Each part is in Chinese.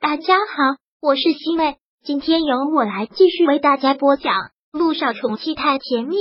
大家好，我是西妹，今天由我来继续为大家播讲《陆少宠妻太甜蜜》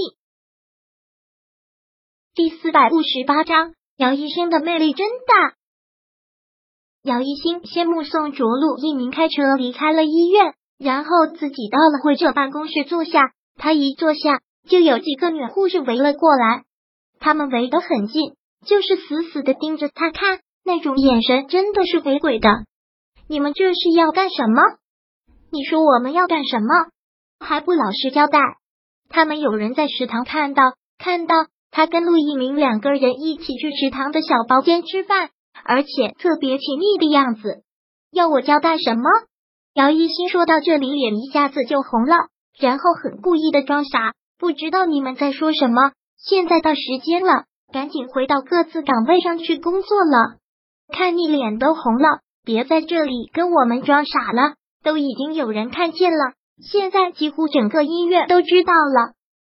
第458章。姚医生的魅力真大。姚一星先目送着陆一鸣开车离开了医院，然后自己到了会诊办公室坐下。他一坐下，就有几个女护士围了过来，他们围得很近，就是死死的盯着他看，那种眼神真的是鬼鬼的。你们这是要干什么？你说我们要干什么？还不老实交代。他们有人在食堂看到他跟陆一鸣两个人一起去食堂的小包间吃饭，而且特别亲密的样子。要我交代什么？姚一星说到这里脸一下子就红了，然后很故意的装傻，不知道你们在说什么。现在到时间了，赶紧回到各自岗位上去工作了。看你脸都红了，别在这里跟我们装傻了，都已经有人看见了，现在几乎整个医院都知道了。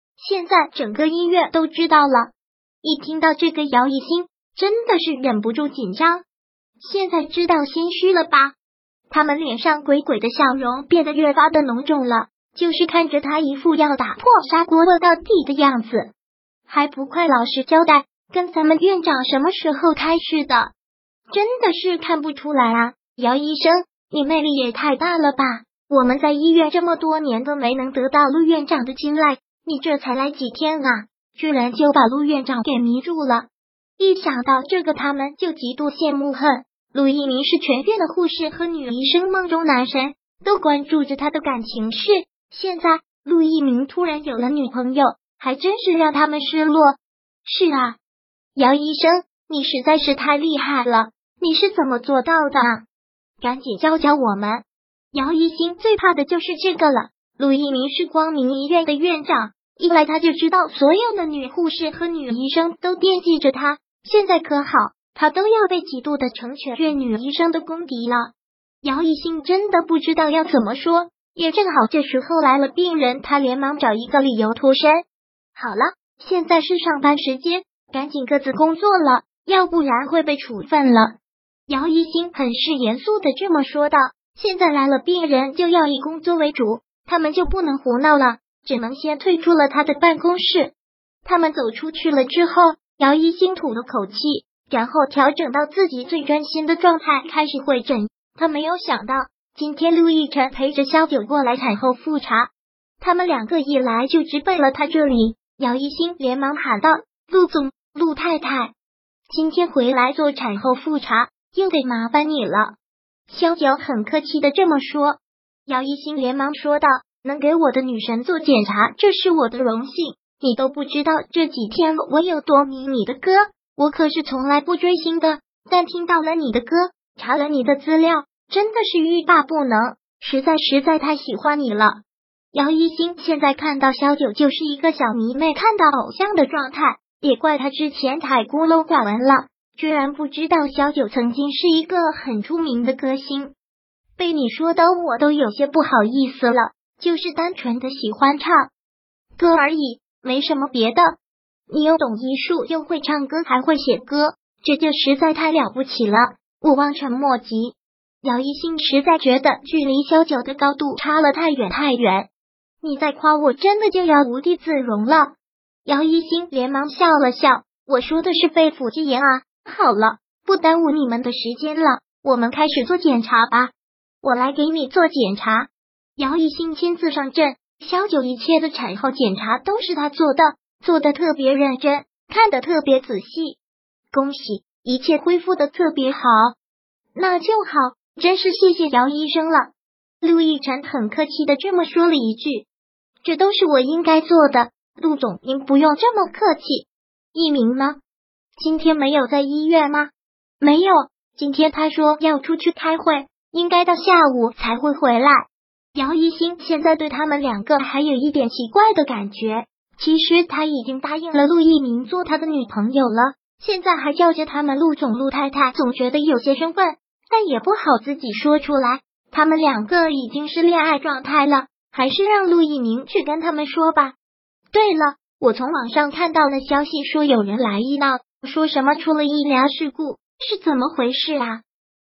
一听到这个，姚一星真的是忍不住紧张。现在知道心虚了吧？他们脸上鬼鬼的笑容变得越发的浓重了，就是看着他一副要打破砂锅问到底的样子。还不快老实交代，跟咱们院长什么时候开始的？真的是看不出来啊，姚医生，你魅力也太大了吧！我们在医院这么多年都没能得到陆院长的青睐，你这才来几天啊，居然就把陆院长给迷住了。一想到这个，他们就极度羡慕恨。陆一鸣是全院的护士和女医生梦中男神，都关注着他的感情事。现在陆一鸣突然有了女朋友，还真是让他们失落。是啊，姚医生，你实在是太厉害了，你是怎么做到的啊？赶紧教教我们。姚一星最怕的就是这个了。陆一鸣是光明医院的院长，一来他就知道所有的女护士和女医生都惦记着他，现在可好，他都要被极度的成全院女医生的公敌了。姚一星真的不知道要怎么说，也正好这时候来了病人，他连忙找一个理由脱身。好了，现在是上班时间，赶紧各自工作了，要不然会被处分了。姚一星很是严肃的这么说道，现在来了病人就要以工作为主，他们就不能胡闹了，只能先退出了他的办公室。他们走出去了之后，姚一星吐了口气，然后调整到自己最专心的状态，开始会诊。他没有想到今天陆亦辰陪着萧九过来产后复查，他们两个一来就直奔了他这里。姚一星连忙喊道，陆总，陆太太，今天回来做产后复查，又得麻烦你了。萧九很客气的这么说。姚一星连忙说道，能给我的女神做检查，这是我的荣幸。你都不知道这几天我有多迷你的歌，我可是从来不追星的，但听到了你的歌，查了你的资料，真的是欲罢不能，实在太喜欢你了。姚一星现在看到萧九就是一个小迷妹看到偶像的状态，也怪他之前太孤陋寡闻了，居然不知道萧九曾经是一个很出名的歌星。被你说的我都有些不好意思了，就是单纯的喜欢唱歌而已，没什么别的。你又懂医术，又会唱歌，还会写歌，这就实在太了不起了，我望尘莫及。姚一星实在觉得距离萧九的高度差了太远太远，你再夸我真的就要无地自容了。姚一星连忙笑了笑，我说的是肺腑之言啊。好了，不耽误你们的时间了，我们开始做检查吧。我来给你做检查。姚一星亲自上阵，萧九一切的产后检查都是他做的，做得特别认真，看得特别仔细。恭喜，一切恢复的特别好。那就好，真是谢谢姚医生了。陆亦辰很客气的这么说了一句，这都是我应该做的，陆总您不用这么客气。一鸣呢？今天没有在医院吗？没有，今天他说要出去开会，应该到下午才会回来。姚一星现在对他们两个还有一点奇怪的感觉，其实他已经答应了陆一鸣做他的女朋友了，现在还叫着他们陆总陆太太，总觉得有些生分，但也不好自己说出来。他们两个已经是恋爱状态了，还是让陆一鸣去跟他们说吧。对了，我从网上看到了消息，说有人来医闹，说什么出了医疗事故，是怎么回事啊？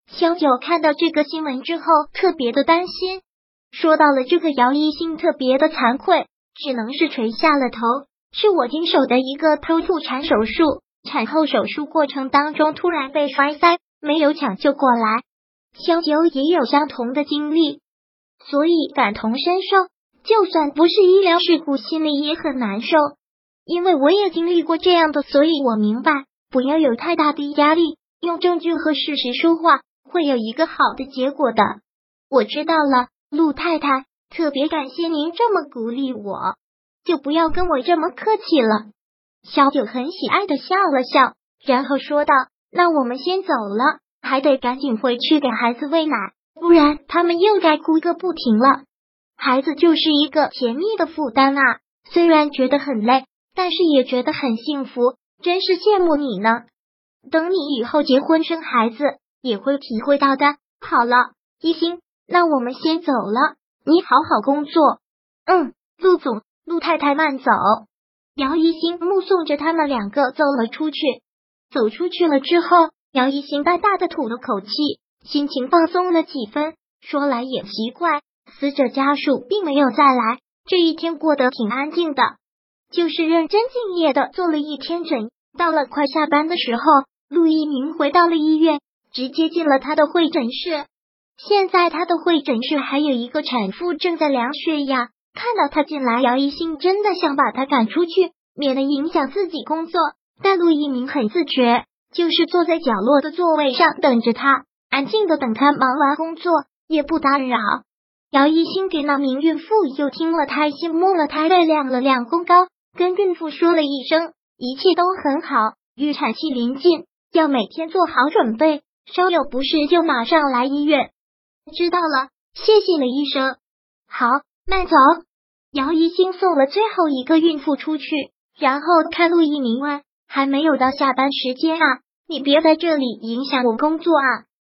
萧九看到这个新闻之后特别的担心，说到了这个姚一星特别的惭愧，只能是垂下了头。是我经手的一个剖腹产手术，产后手术过程当中突然被栓塞，没有抢救过来。萧九也有相同的经历，所以感同身受，就算不是医疗事故，心里也很难受。因为我也经历过这样的，所以我明白不要有太大的压力，用证据和事实说话，会有一个好的结果的。我知道了，陆太太，特别感谢您这么鼓励我，就不要跟我这么客气了。小九很喜爱的笑了笑，然后说道，那我们先走了，还得赶紧回去给孩子喂奶，不然他们又该哭个不停了。孩子就是一个甜蜜的负担啊，虽然觉得很累，但是也觉得很幸福，真是羡慕你呢。等你以后结婚生孩子，也会体会到的。好了，一星，那我们先走了，你好好工作。陆总，陆太太慢走。姚一星目送着他们两个走了出去。走出去了之后，姚一星大大的吐了口气，心情放松了几分。说来也奇怪，死者家属并没有再来，这一天过得挺安静的，就是认真敬业的做了一天诊。到了快下班的时候，陆一鸣回到了医院，直接进了他的会诊室。现在他的会诊室还有一个产妇正在量血压，看到他进来，姚一星真的想把他赶出去，免得影响自己工作。但陆一鸣很自觉，就是坐在角落的座位上等着他，安静的等他忙完工作，也不打扰。姚一星给那名孕妇又听了胎心，摸了胎位，亮了亮宫高，跟孕妇说了一声一切都很好，预产期临近，要每天做好准备，稍有不适就马上来医院。知道了，谢谢了医生。好，慢走。姚一星送了最后一个孕妇出去，然后看陆一鸣问，还没有到下班时间啊，你别在这里影响我工作啊。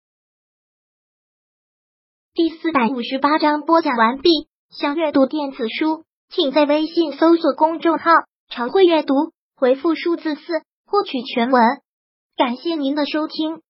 第458章播讲完毕。想阅读电子书，请在微信搜索公众号常会阅读，回复数字4获取全文。感谢您的收听。